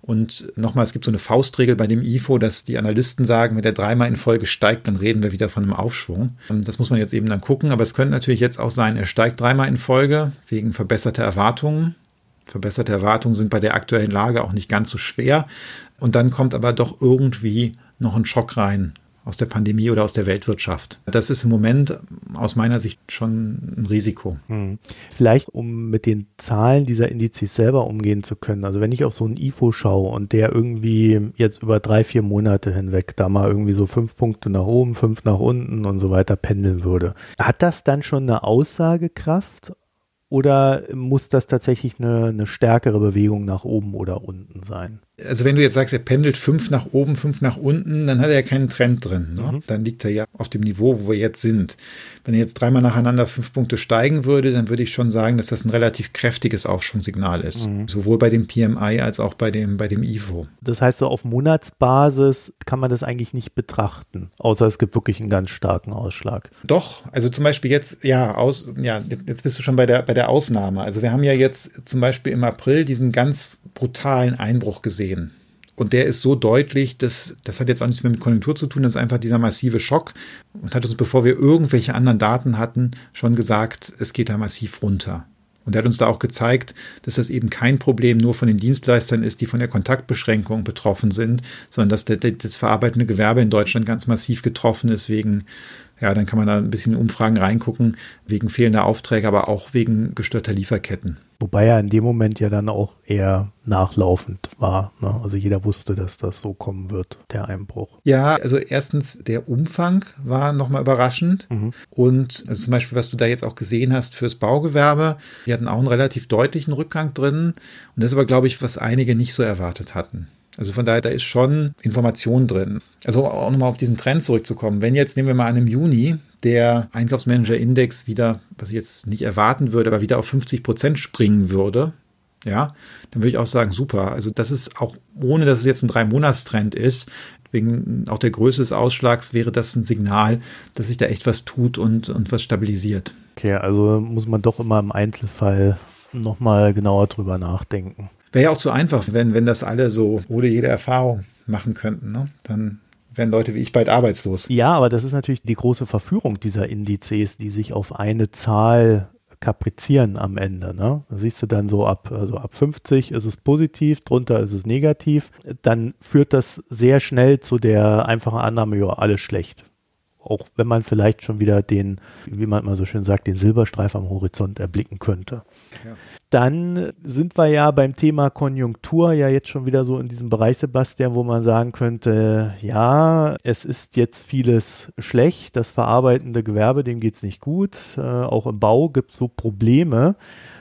Und nochmal, es gibt so eine Faustregel bei dem IFO, dass die Analysten sagen, wenn der 3-mal in Folge steigt, dann reden wir wieder von einem Aufschwung. Das muss man jetzt eben dann gucken. Aber es könnte natürlich jetzt auch sein, er steigt 3-mal in Folge wegen verbesserter Erwartungen. Verbesserte Erwartungen sind bei der aktuellen Lage auch nicht ganz so schwer. Und dann kommt aber doch irgendwie noch ein Schock rein aus der Pandemie oder aus der Weltwirtschaft. Das ist im Moment aus meiner Sicht schon ein Risiko. Vielleicht, um mit den Zahlen dieser Indizes selber umgehen zu können. Also wenn ich auf so einen IFO schaue und der irgendwie jetzt über 3-4 Monate hinweg da mal irgendwie so 5 Punkte nach oben, 5 nach unten und so weiter pendeln würde, hat das dann schon eine Aussagekraft? Oder muss das tatsächlich eine stärkere Bewegung nach oben oder unten sein? Also wenn du jetzt sagst, er pendelt 5 nach oben, 5 nach unten, dann hat er ja keinen Trend drin. Ne? Dann liegt er ja auf dem Niveau, wo wir jetzt sind. Wenn er jetzt 3-mal nacheinander 5 Punkte steigen würde, dann würde ich schon sagen, dass das ein relativ kräftiges Aufschwungssignal ist. Sowohl bei dem PMI als auch bei dem IFO. Das heißt, so auf Monatsbasis kann man das eigentlich nicht betrachten, außer es gibt wirklich einen ganz starken Ausschlag. Doch, also zum Beispiel jetzt, jetzt bist du schon bei der Ausnahme. Also wir haben ja jetzt zum Beispiel im April diesen ganz brutalen Einbruch gesehen. Und der ist so deutlich, das hat jetzt auch nichts mehr mit Konjunktur zu tun, das ist einfach dieser massive Schock und hat uns, bevor wir irgendwelche anderen Daten hatten, schon gesagt, es geht da massiv runter. Und er hat uns da auch gezeigt, dass das eben kein Problem nur von den Dienstleistern ist, die von der Kontaktbeschränkung betroffen sind, sondern dass das verarbeitende Gewerbe in Deutschland ganz massiv getroffen ist wegen, dann kann man da ein bisschen in Umfragen reingucken, wegen fehlender Aufträge, aber auch wegen gestörter Lieferketten. Wobei er in dem Moment ja dann auch eher nachlaufend war. Ne? Also jeder wusste, dass das so kommen wird, der Einbruch. Ja, also erstens, der Umfang war nochmal überraschend. Und also zum Beispiel, was du da jetzt auch gesehen hast fürs Baugewerbe, die hatten auch einen relativ deutlichen Rückgang drin. Und das ist aber, glaube ich, was einige nicht so erwartet hatten. Also von daher, da ist schon Information drin. Also auch nochmal auf diesen Trend zurückzukommen. Wenn jetzt, nehmen wir mal an, im Juni der Einkaufsmanager-Index wieder, was ich jetzt nicht erwarten würde, aber wieder auf 50% springen würde, dann würde ich auch sagen, super. Also das ist auch, ohne dass es jetzt ein 3-Monats-Trend ist, wegen auch der Größe des Ausschlags wäre das ein Signal, dass sich da echt was tut und was stabilisiert. Okay, also muss man doch immer im Einzelfall nochmal genauer drüber nachdenken. Wäre ja auch zu einfach, wenn das alle so ohne jede Erfahrung machen könnten, ne? Dann wären Leute wie ich bald arbeitslos. Ja, aber das ist natürlich die große Verführung dieser Indizes, die sich auf eine Zahl kaprizieren am Ende. Ne? Da siehst du dann so ab 50 ist es positiv, drunter ist es negativ. Dann führt das sehr schnell zu der einfachen Annahme, ja, alles schlecht. Auch wenn man vielleicht schon wieder den, wie man mal so schön sagt, den Silberstreif am Horizont erblicken könnte. Ja. Dann sind wir ja beim Thema Konjunktur ja jetzt schon wieder so in diesem Bereich, Sebastian, wo man sagen könnte, ja, es ist jetzt vieles schlecht, das verarbeitende Gewerbe, dem geht's nicht gut, auch im Bau gibt es so Probleme.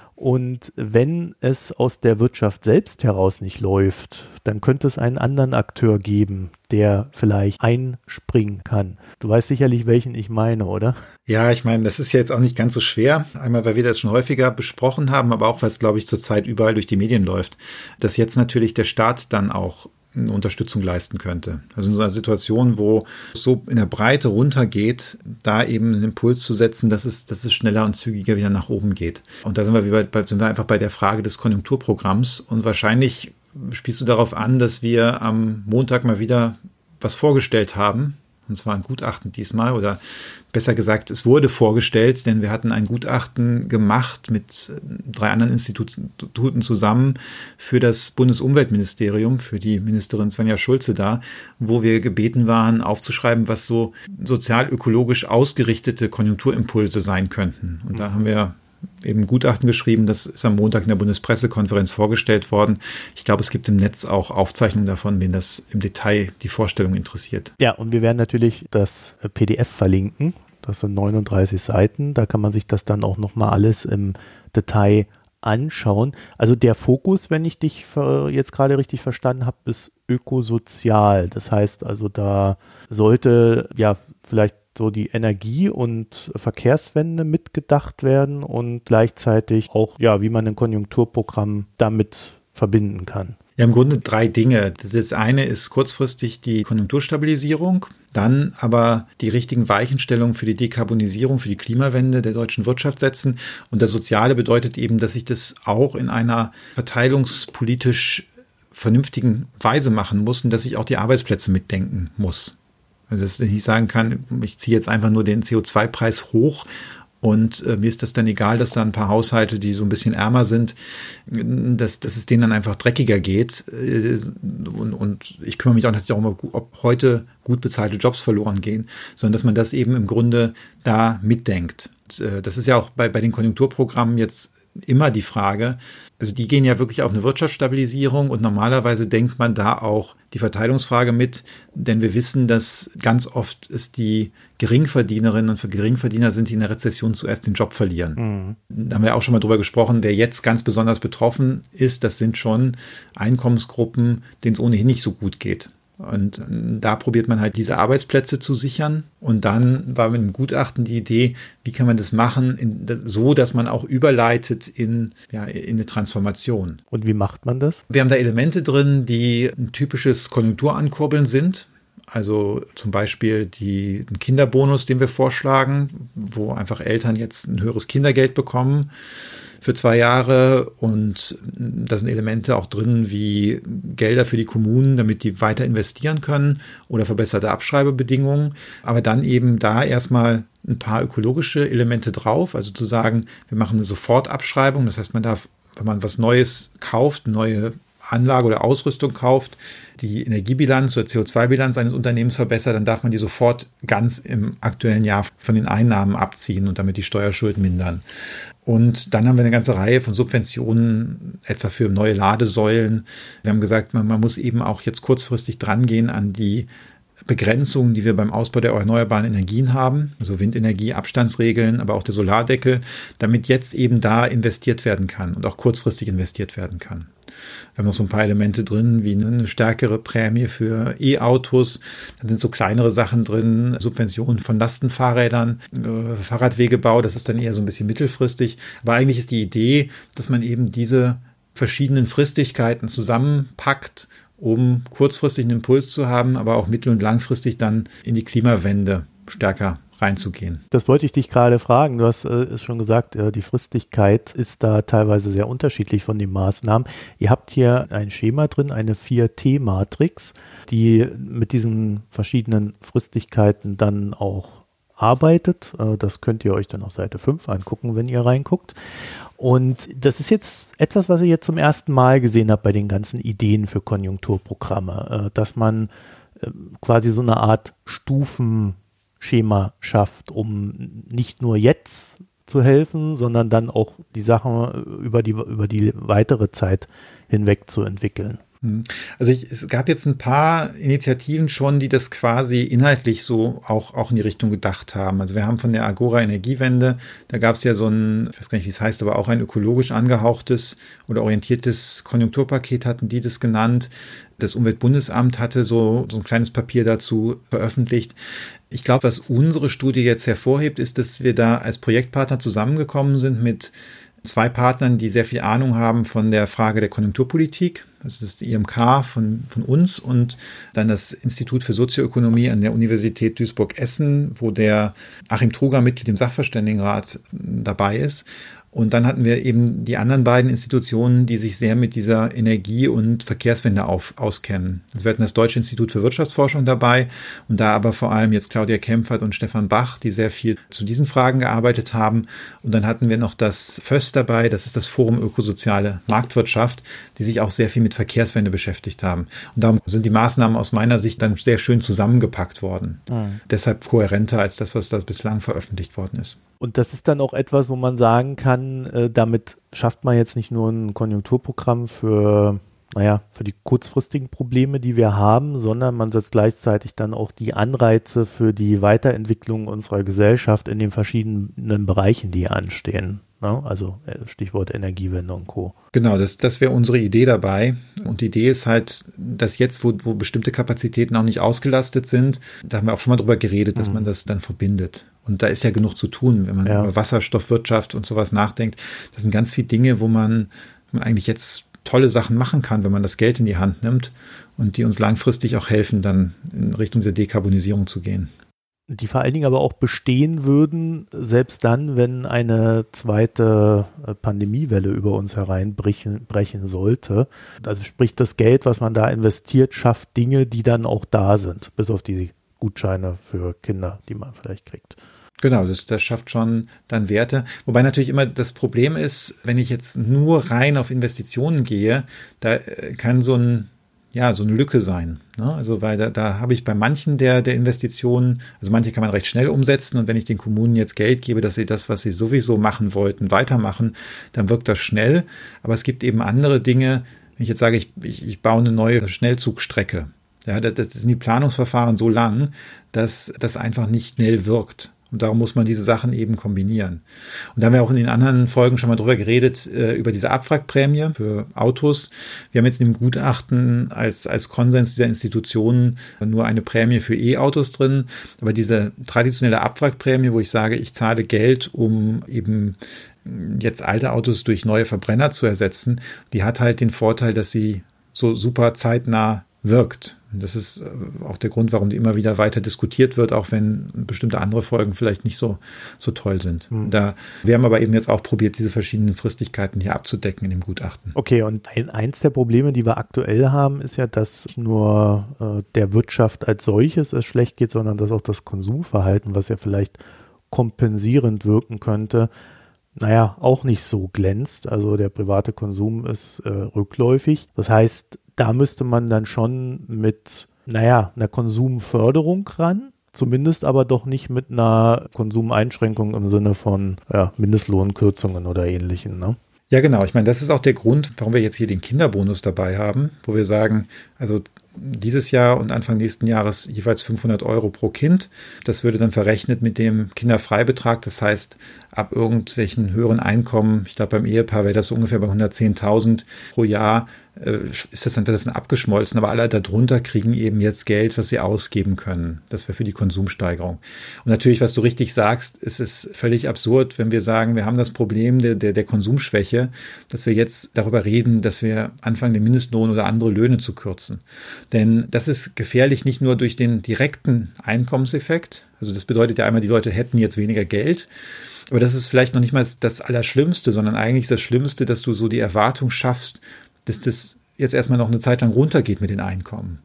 Und wenn es aus der Wirtschaft selbst heraus nicht läuft, dann könnte es einen anderen Akteur geben, der vielleicht einspringen kann. Du weißt sicherlich, welchen ich meine, oder? Ja, ich meine, das ist ja jetzt auch nicht ganz so schwer. Einmal, weil wir das schon häufiger besprochen haben, aber auch, weil es, glaube ich, zurzeit überall durch die Medien läuft, dass jetzt natürlich der Staat dann auch eine Unterstützung leisten könnte. Also in so einer Situation, wo es so in der Breite runtergeht, da eben einen Impuls zu setzen, dass es schneller und zügiger wieder nach oben geht. Und da sind wir einfach bei der Frage des Konjunkturprogramms und wahrscheinlich spielst du darauf an, dass wir am Montag mal wieder was vorgestellt haben. Und zwar ein Gutachten diesmal, oder besser gesagt, es wurde vorgestellt, denn wir hatten ein Gutachten gemacht mit 3 anderen Instituten zusammen für das Bundesumweltministerium, für die Ministerin Svenja Schulze da, wo wir gebeten waren, aufzuschreiben, was so sozial-ökologisch ausgerichtete Konjunkturimpulse sein könnten. Und da haben wir eben Gutachten geschrieben, das ist am Montag in der Bundespressekonferenz vorgestellt worden. Ich glaube, es gibt im Netz auch Aufzeichnungen davon, wen das im Detail die Vorstellung interessiert. Ja, und wir werden natürlich das PDF verlinken. Das sind 39 Seiten. Da kann man sich das dann auch nochmal alles im Detail anschauen. Also der Fokus, wenn ich dich jetzt gerade richtig verstanden habe, ist ökosozial. Das heißt also, da sollte ja vielleicht so die Energie- und Verkehrswende mitgedacht werden und gleichzeitig auch, ja, wie man ein Konjunkturprogramm damit verbinden kann. Ja, im Grunde 3 Dinge. Das eine ist kurzfristig die Konjunkturstabilisierung, dann aber die richtigen Weichenstellungen für die Dekarbonisierung, für die Klimawende der deutschen Wirtschaft setzen. Und das Soziale bedeutet eben, dass sich das auch in einer verteilungspolitisch vernünftigen Weise machen muss und dass ich auch die Arbeitsplätze mitdenken muss. Also dass ich nicht sagen kann, ich ziehe jetzt einfach nur den CO2-Preis hoch und mir ist das dann egal, dass da ein paar Haushalte, die so ein bisschen ärmer sind, dass es denen dann einfach dreckiger geht. Und ich kümmere mich auch nicht darum, ob heute gut bezahlte Jobs verloren gehen, sondern dass man das eben im Grunde da mitdenkt. Und, das ist ja auch bei den Konjunkturprogrammen jetzt immer die Frage, also die gehen ja wirklich auf eine Wirtschaftsstabilisierung und normalerweise denkt man da auch die Verteilungsfrage mit, denn wir wissen, dass ganz oft es die Geringverdienerinnen und für Geringverdiener sind, die in der Rezession zuerst den Job verlieren. Da haben wir auch schon mal drüber gesprochen, wer jetzt ganz besonders betroffen ist, das sind schon Einkommensgruppen, denen es ohnehin nicht so gut geht. Und da probiert man halt diese Arbeitsplätze zu sichern. Und dann war mit dem Gutachten die Idee, wie kann man das machen, so dass man auch überleitet in eine Transformation. Und wie macht man das? Wir haben da Elemente drin, die ein typisches Konjunkturankurbeln sind. Also zum Beispiel den Kinderbonus, den wir vorschlagen, wo einfach Eltern jetzt ein höheres Kindergeld bekommen für 2 Jahre, und da sind Elemente auch drin wie Gelder für die Kommunen, damit die weiter investieren können oder verbesserte Abschreibebedingungen, aber dann eben da erstmal ein paar ökologische Elemente drauf, also zu sagen, wir machen eine Sofortabschreibung, das heißt, man darf, wenn man was Neues kauft, eine neue Anlage oder Ausrüstung kauft, die Energiebilanz oder CO2-Bilanz eines Unternehmens verbessert, dann darf man die sofort ganz im aktuellen Jahr von den Einnahmen abziehen und damit die Steuerschuld mindern. Und dann haben wir eine ganze Reihe von Subventionen, etwa für neue Ladesäulen. Wir haben gesagt, man muss eben auch jetzt kurzfristig drangehen an die Begrenzungen, die wir beim Ausbau der erneuerbaren Energien haben, also Windenergie, Abstandsregeln, aber auch der Solardeckel, damit jetzt eben da investiert werden kann und auch kurzfristig investiert werden kann. Wir haben noch so ein paar Elemente drin, wie eine stärkere Prämie für E-Autos. Da sind so kleinere Sachen drin, Subventionen von Lastenfahrrädern, Fahrradwegebau, das ist dann eher so ein bisschen mittelfristig. Aber eigentlich ist die Idee, dass man eben diese verschiedenen Fristigkeiten zusammenpackt, um kurzfristig einen Impuls zu haben, aber auch mittel- und langfristig dann in die Klimawende stärker reinzugehen. Das wollte ich dich gerade fragen. Du hast es schon gesagt, die Fristigkeit ist da teilweise sehr unterschiedlich von den Maßnahmen. Ihr habt hier ein Schema drin, eine 4T-Matrix, die mit diesen verschiedenen Fristigkeiten dann auch arbeitet. Das könnt ihr euch dann auf Seite 5 angucken, wenn ihr reinguckt. Und das ist jetzt etwas, was ich jetzt zum ersten Mal gesehen habe bei den ganzen Ideen für Konjunkturprogramme, dass man quasi so eine Art Stufenschema schafft, um nicht nur jetzt zu helfen, sondern dann auch die Sachen über die weitere Zeit hinweg zu entwickeln. Also es gab jetzt ein paar Initiativen schon, die das quasi inhaltlich so auch in die Richtung gedacht haben. Also wir haben von der Agora Energiewende, da gab es ja so ein, ich weiß gar nicht, wie es heißt, aber auch ein ökologisch angehauchtes oder orientiertes Konjunkturpaket hatten die das genannt. Das Umweltbundesamt hatte so ein kleines Papier dazu veröffentlicht. Ich glaube, was unsere Studie jetzt hervorhebt, ist, dass wir da als Projektpartner zusammengekommen sind mit 2 Partnern, die sehr viel Ahnung haben von der Frage der Konjunkturpolitik. Also das ist die IMK von uns und dann das Institut für Sozioökonomie an der Universität Duisburg-Essen, wo der Achim Truger, Mitglied im Sachverständigenrat, dabei ist. Und dann hatten wir eben die anderen beiden Institutionen, die sich sehr mit dieser Energie- und Verkehrswende auskennen. Also wir hatten das Deutsche Institut für Wirtschaftsforschung dabei und da aber vor allem jetzt Claudia Kempfert und Stefan Bach, die sehr viel zu diesen Fragen gearbeitet haben. Und dann hatten wir noch das FÖS dabei, das ist das Forum Ökosoziale Marktwirtschaft, die sich auch sehr viel mit Verkehrswende beschäftigt haben. Und darum sind die Maßnahmen aus meiner Sicht dann sehr schön zusammengepackt worden. Deshalb kohärenter als das, was da bislang veröffentlicht worden ist. Und das ist dann auch etwas, wo man sagen kann, damit schafft man jetzt nicht nur ein Konjunkturprogramm für die kurzfristigen Probleme, die wir haben, sondern man setzt gleichzeitig dann auch die Anreize für die Weiterentwicklung unserer Gesellschaft in den verschiedenen Bereichen, die anstehen. Ne? Also Stichwort Energiewende und Co. Genau, das wäre unsere Idee dabei. Und die Idee ist halt, dass jetzt, wo bestimmte Kapazitäten auch nicht ausgelastet sind, da haben wir auch schon mal drüber geredet, dass man das dann verbindet. Und da ist ja genug zu tun, wenn man über Wasserstoffwirtschaft und sowas nachdenkt. Das sind ganz viele Dinge, wo man eigentlich jetzt tolle Sachen machen kann, wenn man das Geld in die Hand nimmt und die uns langfristig auch helfen, dann in Richtung der Dekarbonisierung zu gehen. die vor allen Dingen aber auch bestehen würden, selbst dann, wenn eine zweite Pandemiewelle über uns hereinbrechen sollte. Also sprich, das Geld, was man da investiert, schafft Dinge, die dann auch da sind, bis auf die Gutscheine für Kinder, die man vielleicht kriegt. Genau, das schafft schon dann Werte. Wobei natürlich immer das Problem ist, wenn ich jetzt nur rein auf Investitionen gehe, da kann so eine Lücke sein. Ne? Also weil da habe ich bei manchen der Investitionen, also manche kann man recht schnell umsetzen und wenn ich den Kommunen jetzt Geld gebe, dass sie das, was sie sowieso machen wollten, weitermachen, dann wirkt das schnell. Aber es gibt eben andere Dinge, wenn ich jetzt sage, ich baue eine neue Schnellzugstrecke. Ja, das sind die Planungsverfahren so lang, dass das einfach nicht schnell wirkt. Und darum muss man diese Sachen eben kombinieren. Und da haben wir auch in den anderen Folgen schon mal drüber geredet, über diese Abwrackprämie für Autos. Wir haben jetzt in dem Gutachten als Konsens dieser Institutionen nur eine Prämie für E-Autos drin. Aber diese traditionelle Abwrackprämie, wo ich sage, ich zahle Geld, um eben jetzt alte Autos durch neue Verbrenner zu ersetzen, die hat halt den Vorteil, dass sie so super zeitnah wirkt. Und das ist auch der Grund, warum die immer wieder weiter diskutiert wird, auch wenn bestimmte andere Folgen vielleicht nicht so toll sind. Wir haben aber eben jetzt auch probiert, diese verschiedenen Fristigkeiten hier abzudecken in dem Gutachten. Okay, und eins der Probleme, die wir aktuell haben, ist ja, dass nur der Wirtschaft als solches es schlecht geht, sondern dass auch das Konsumverhalten, was ja vielleicht kompensierend wirken könnte, auch nicht so glänzt. Also der private Konsum ist rückläufig. Das heißt, da müsste man dann schon mit, einer Konsumförderung ran, zumindest aber doch nicht mit einer Konsumeinschränkung im Sinne von Mindestlohnkürzungen oder Ähnlichem, ne? Ja, genau. Ich meine, das ist auch der Grund, warum wir jetzt hier den Kinderbonus dabei haben, wo wir sagen, also dieses Jahr und Anfang nächsten Jahres jeweils 500 € pro Kind. Das würde dann verrechnet mit dem Kinderfreibetrag. Das heißt, ab irgendwelchen höheren Einkommen, ich glaube beim Ehepaar wäre das so ungefähr bei 110.000 pro Jahr, ist das dann abgeschmolzen. Aber alle darunter kriegen eben jetzt Geld, was sie ausgeben können. Das wäre für die Konsumsteigerung. Und natürlich, was du richtig sagst, ist es völlig absurd, wenn wir sagen, wir haben das Problem der Konsumschwäche, dass wir jetzt darüber reden, dass wir anfangen, den Mindestlohn oder andere Löhne zu kürzen. Denn das ist gefährlich nicht nur durch den direkten Einkommenseffekt. Also das bedeutet ja einmal, die Leute hätten jetzt weniger Geld. Aber das ist vielleicht noch nicht mal das Allerschlimmste, sondern eigentlich das Schlimmste, dass du so die Erwartung schaffst, dass das jetzt erstmal noch eine Zeit lang runtergeht mit den Einkommen.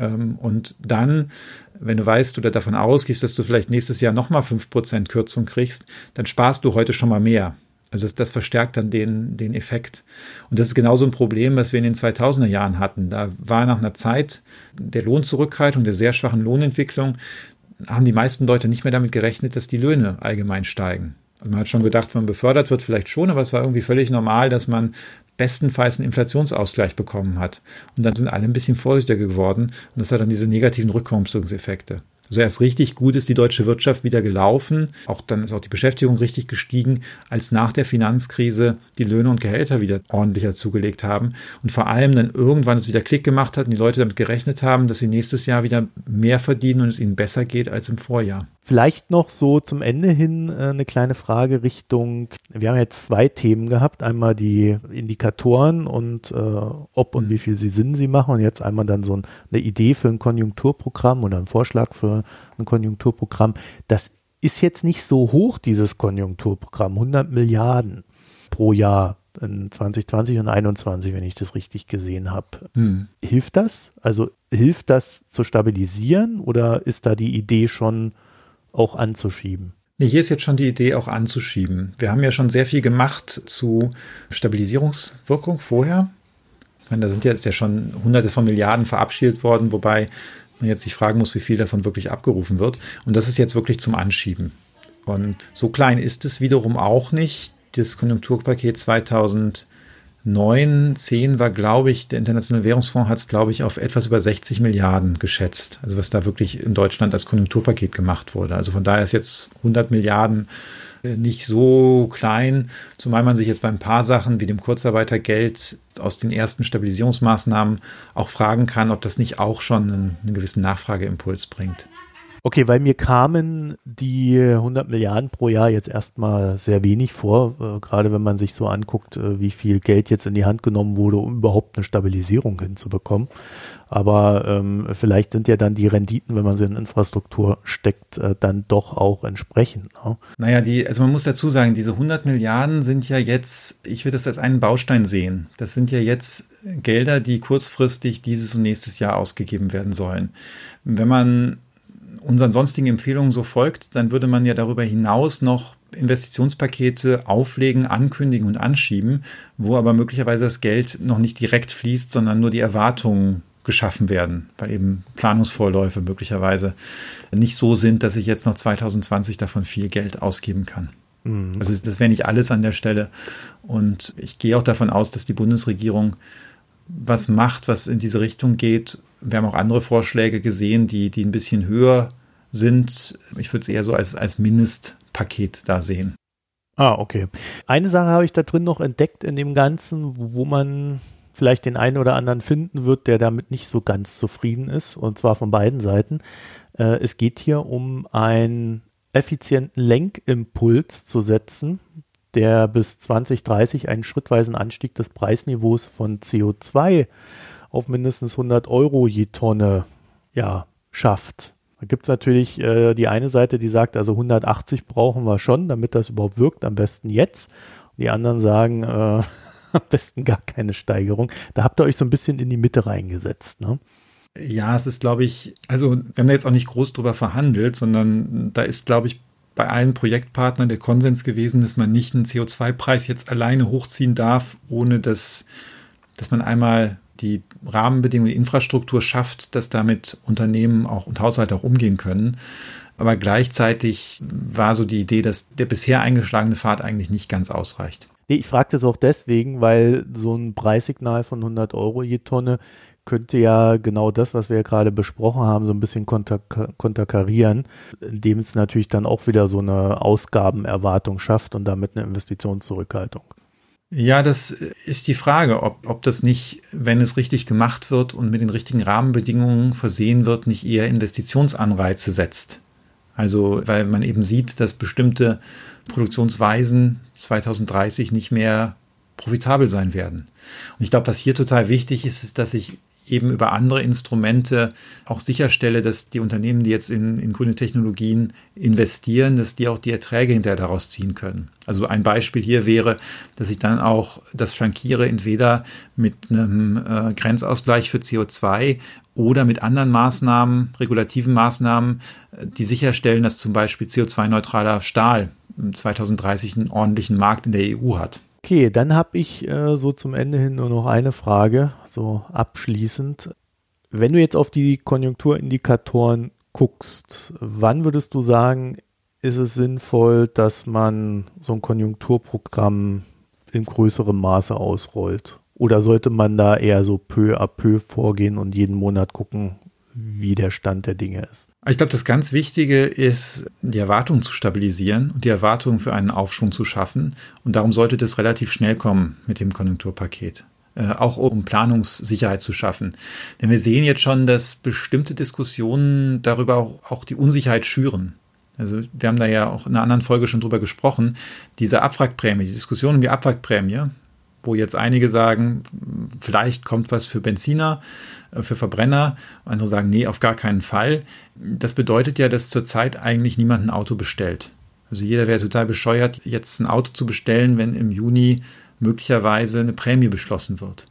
Und dann, wenn du weißt oder davon ausgehst, dass du vielleicht nächstes Jahr nochmal 5% Kürzung kriegst, dann sparst du heute schon mal mehr. Also das verstärkt dann den Effekt. Und das ist genauso ein Problem, was wir in den 2000er Jahren hatten. Da war nach einer Zeit der Lohnzurückhaltung, der sehr schwachen Lohnentwicklung, haben die meisten Leute nicht mehr damit gerechnet, dass die Löhne allgemein steigen. Also man hat schon gedacht, wenn man befördert wird, vielleicht schon, aber es war irgendwie völlig normal, dass man bestenfalls einen Inflationsausgleich bekommen hat. Und dann sind alle ein bisschen vorsichtiger geworden und das hat dann diese negativen Rückkommenseffekte. Also erst richtig gut ist die deutsche Wirtschaft wieder gelaufen. Dann ist auch die Beschäftigung richtig gestiegen, als nach der Finanzkrise die Löhne und Gehälter wieder ordentlicher zugelegt haben. Und vor allem dann irgendwann es wieder Klick gemacht hat und die Leute damit gerechnet haben, dass sie nächstes Jahr wieder mehr verdienen und es ihnen besser geht als im Vorjahr. Vielleicht noch so zum Ende hin eine kleine Frage Richtung, wir haben jetzt 2 Themen gehabt, einmal die Indikatoren und ob und wie viel Sinn sie machen und jetzt einmal dann so eine Idee für ein Konjunkturprogramm oder ein Vorschlag für ein Konjunkturprogramm. Das ist jetzt nicht so hoch, dieses Konjunkturprogramm, 100 Milliarden pro Jahr in 2020 und 2021, wenn ich das richtig gesehen habe. Hilft das? Also hilft das zu stabilisieren oder ist da die Idee schon auch anzuschieben? Nee, hier ist jetzt schon die Idee auch anzuschieben. Wir haben ja schon sehr viel gemacht zu Stabilisierungswirkung vorher. Ich meine, da sind jetzt ja schon Hunderte von Milliarden verabschiedet worden, wobei man jetzt sich fragen muss, wie viel davon wirklich abgerufen wird. Und das ist jetzt wirklich zum Anschieben. Und so klein ist es wiederum auch nicht. Das Konjunkturpaket 2009/10 war, glaube ich, der Internationale Währungsfonds hat es, glaube ich, auf etwas über 60 Milliarden geschätzt. Also was da wirklich in Deutschland als Konjunkturpaket gemacht wurde. Also von daher ist jetzt 100 Milliarden nicht so klein, zumal man sich jetzt bei ein paar Sachen wie dem Kurzarbeitergeld aus den ersten Stabilisierungsmaßnahmen auch fragen kann, ob das nicht auch schon einen gewissen Nachfrageimpuls bringt. Okay, weil mir kamen die 100 Milliarden pro Jahr jetzt erstmal sehr wenig vor, gerade wenn man sich so anguckt, wie viel Geld jetzt in die Hand genommen wurde, um überhaupt eine Stabilisierung hinzubekommen. Aber vielleicht sind ja dann die Renditen, wenn man sie in Infrastruktur steckt, dann doch auch entsprechend. Ne? Naja, also man muss dazu sagen, diese 100 Milliarden sind ja jetzt, ich würde das als einen Baustein sehen. Das sind ja jetzt Gelder, die kurzfristig dieses und nächstes Jahr ausgegeben werden sollen. Wenn man unseren sonstigen Empfehlungen so folgt, dann würde man ja darüber hinaus noch Investitionspakete auflegen, ankündigen und anschieben, wo aber möglicherweise das Geld noch nicht direkt fließt, sondern nur die Erwartungen geschaffen werden, weil eben Planungsvorläufe möglicherweise nicht so sind, dass ich jetzt noch 2020 davon viel Geld ausgeben kann. Mhm. Also das wäre nicht alles an der Stelle. Und ich gehe auch davon aus, dass die Bundesregierung was macht, was in diese Richtung geht. Wir haben auch andere Vorschläge gesehen, die ein bisschen höher sind. Ich würde es eher so als Mindestpaket da sehen. Ah, okay. Eine Sache habe ich da drin noch entdeckt in dem Ganzen, wo man vielleicht den einen oder anderen finden wird, der damit nicht so ganz zufrieden ist, und zwar von beiden Seiten. Es geht hier um einen effizienten Lenkimpuls zu setzen, der bis 2030 einen schrittweisen Anstieg des Preisniveaus von CO2 auf mindestens 100 € je Tonne schafft. Da gibt es natürlich die eine Seite, die sagt, also 180 brauchen wir schon, damit das überhaupt wirkt, am besten jetzt. Und die anderen sagen, am besten gar keine Steigerung. Da habt ihr euch so ein bisschen in die Mitte reingesetzt, ne? Ja, es ist, glaube ich, also wir haben da jetzt auch nicht groß drüber verhandelt, sondern da ist, glaube ich, bei allen Projektpartnern der Konsens gewesen, dass man nicht einen CO2-Preis jetzt alleine hochziehen darf, ohne dass man einmal die Rahmenbedingungen, die Infrastruktur schafft, dass damit Unternehmen auch und Haushalte auch umgehen können. Aber gleichzeitig war so die Idee, dass der bisher eingeschlagene Pfad eigentlich nicht ganz ausreicht. Nee, ich frage das auch deswegen, weil so ein Preissignal von 100 € je Tonne könnte ja genau das, was wir ja gerade besprochen haben, so ein bisschen konterkarieren, indem es natürlich dann auch wieder so eine Ausgabenerwartung schafft und damit eine Investitionszurückhaltung. Ja, das ist die Frage, ob das nicht, wenn es richtig gemacht wird und mit den richtigen Rahmenbedingungen versehen wird, nicht eher Investitionsanreize setzt. Also, weil man eben sieht, dass bestimmte Produktionsweisen 2030 nicht mehr profitabel sein werden. Und ich glaube, was hier total wichtig ist, ist, dass ich eben über andere Instrumente auch sicherstelle, dass die Unternehmen, die jetzt in grüne Technologien investieren, dass die auch die Erträge hinterher daraus ziehen können. Also ein Beispiel hier wäre, dass ich dann auch das flankiere, entweder mit einem Grenzausgleich für CO2 oder mit anderen Maßnahmen, regulativen Maßnahmen, die sicherstellen, dass zum Beispiel CO2-neutraler Stahl 2030 einen ordentlichen Markt in der EU hat. Okay, dann habe ich so zum Ende hin nur noch eine Frage, so abschließend. Wenn du jetzt auf die Konjunkturindikatoren guckst, wann würdest du sagen, ist es sinnvoll, dass man so ein Konjunkturprogramm in größerem Maße ausrollt? Oder sollte man da eher so peu à peu vorgehen und jeden Monat gucken, wie der Stand der Dinge ist? Ich glaube, das ganz Wichtige ist, die Erwartungen zu stabilisieren und die Erwartungen für einen Aufschwung zu schaffen. Und darum sollte das relativ schnell kommen mit dem Konjunkturpaket. Auch um Planungssicherheit zu schaffen. Denn wir sehen jetzt schon, dass bestimmte Diskussionen darüber auch die Unsicherheit schüren. Also wir haben da ja auch in einer anderen Folge schon drüber gesprochen. Diese Abwrackprämie, die Diskussion um die Abwrackprämie, wo jetzt einige sagen, vielleicht kommt was für Benziner, für Verbrenner, andere sagen, nee, auf gar keinen Fall. Das bedeutet ja, dass zurzeit eigentlich niemand ein Auto bestellt. Also jeder wäre total bescheuert, jetzt ein Auto zu bestellen, wenn im Juni möglicherweise eine Prämie beschlossen wird.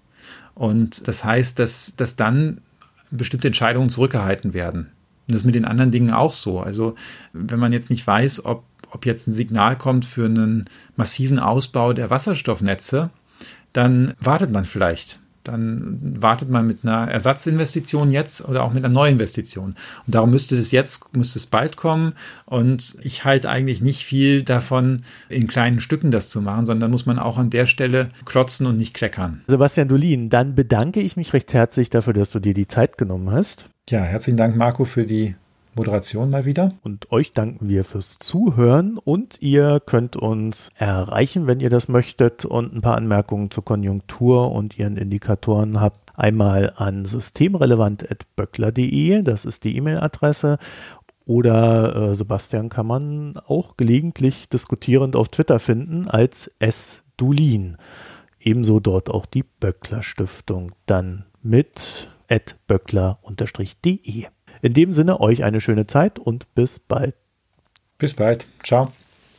Und das heißt, dass dann bestimmte Entscheidungen zurückgehalten werden. Und das ist mit den anderen Dingen auch so. Also wenn man jetzt nicht weiß, ob jetzt ein Signal kommt für einen massiven Ausbau der Wasserstoffnetze, dann wartet man vielleicht. Dann wartet man mit einer Ersatzinvestition jetzt oder auch mit einer Neuinvestition. Und darum müsste es bald kommen. Und ich halte eigentlich nicht viel davon, in kleinen Stücken das zu machen, sondern muss man auch an der Stelle klotzen und nicht kleckern. Sebastian Dolin, dann bedanke ich mich recht herzlich dafür, dass du dir die Zeit genommen hast. Ja, herzlichen Dank, Marco, für die Moderation mal wieder. Und euch danken wir fürs Zuhören und ihr könnt uns erreichen, wenn ihr das möchtet und ein paar Anmerkungen zur Konjunktur und ihren Indikatoren habt. Einmal an systemrelevant@böckler.de, das ist die E-Mail-Adresse, oder Sebastian kann man auch gelegentlich diskutierend auf Twitter finden als @dulin. Ebenso dort auch die Böckler Stiftung, dann mit @böckler_de. In dem Sinne euch eine schöne Zeit und bis bald. Bis bald. Ciao.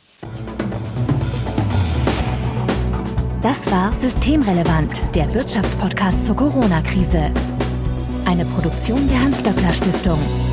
Das war Systemrelevant, der Wirtschaftspodcast zur Corona-Krise. Eine Produktion der Hans-Böckler Stiftung.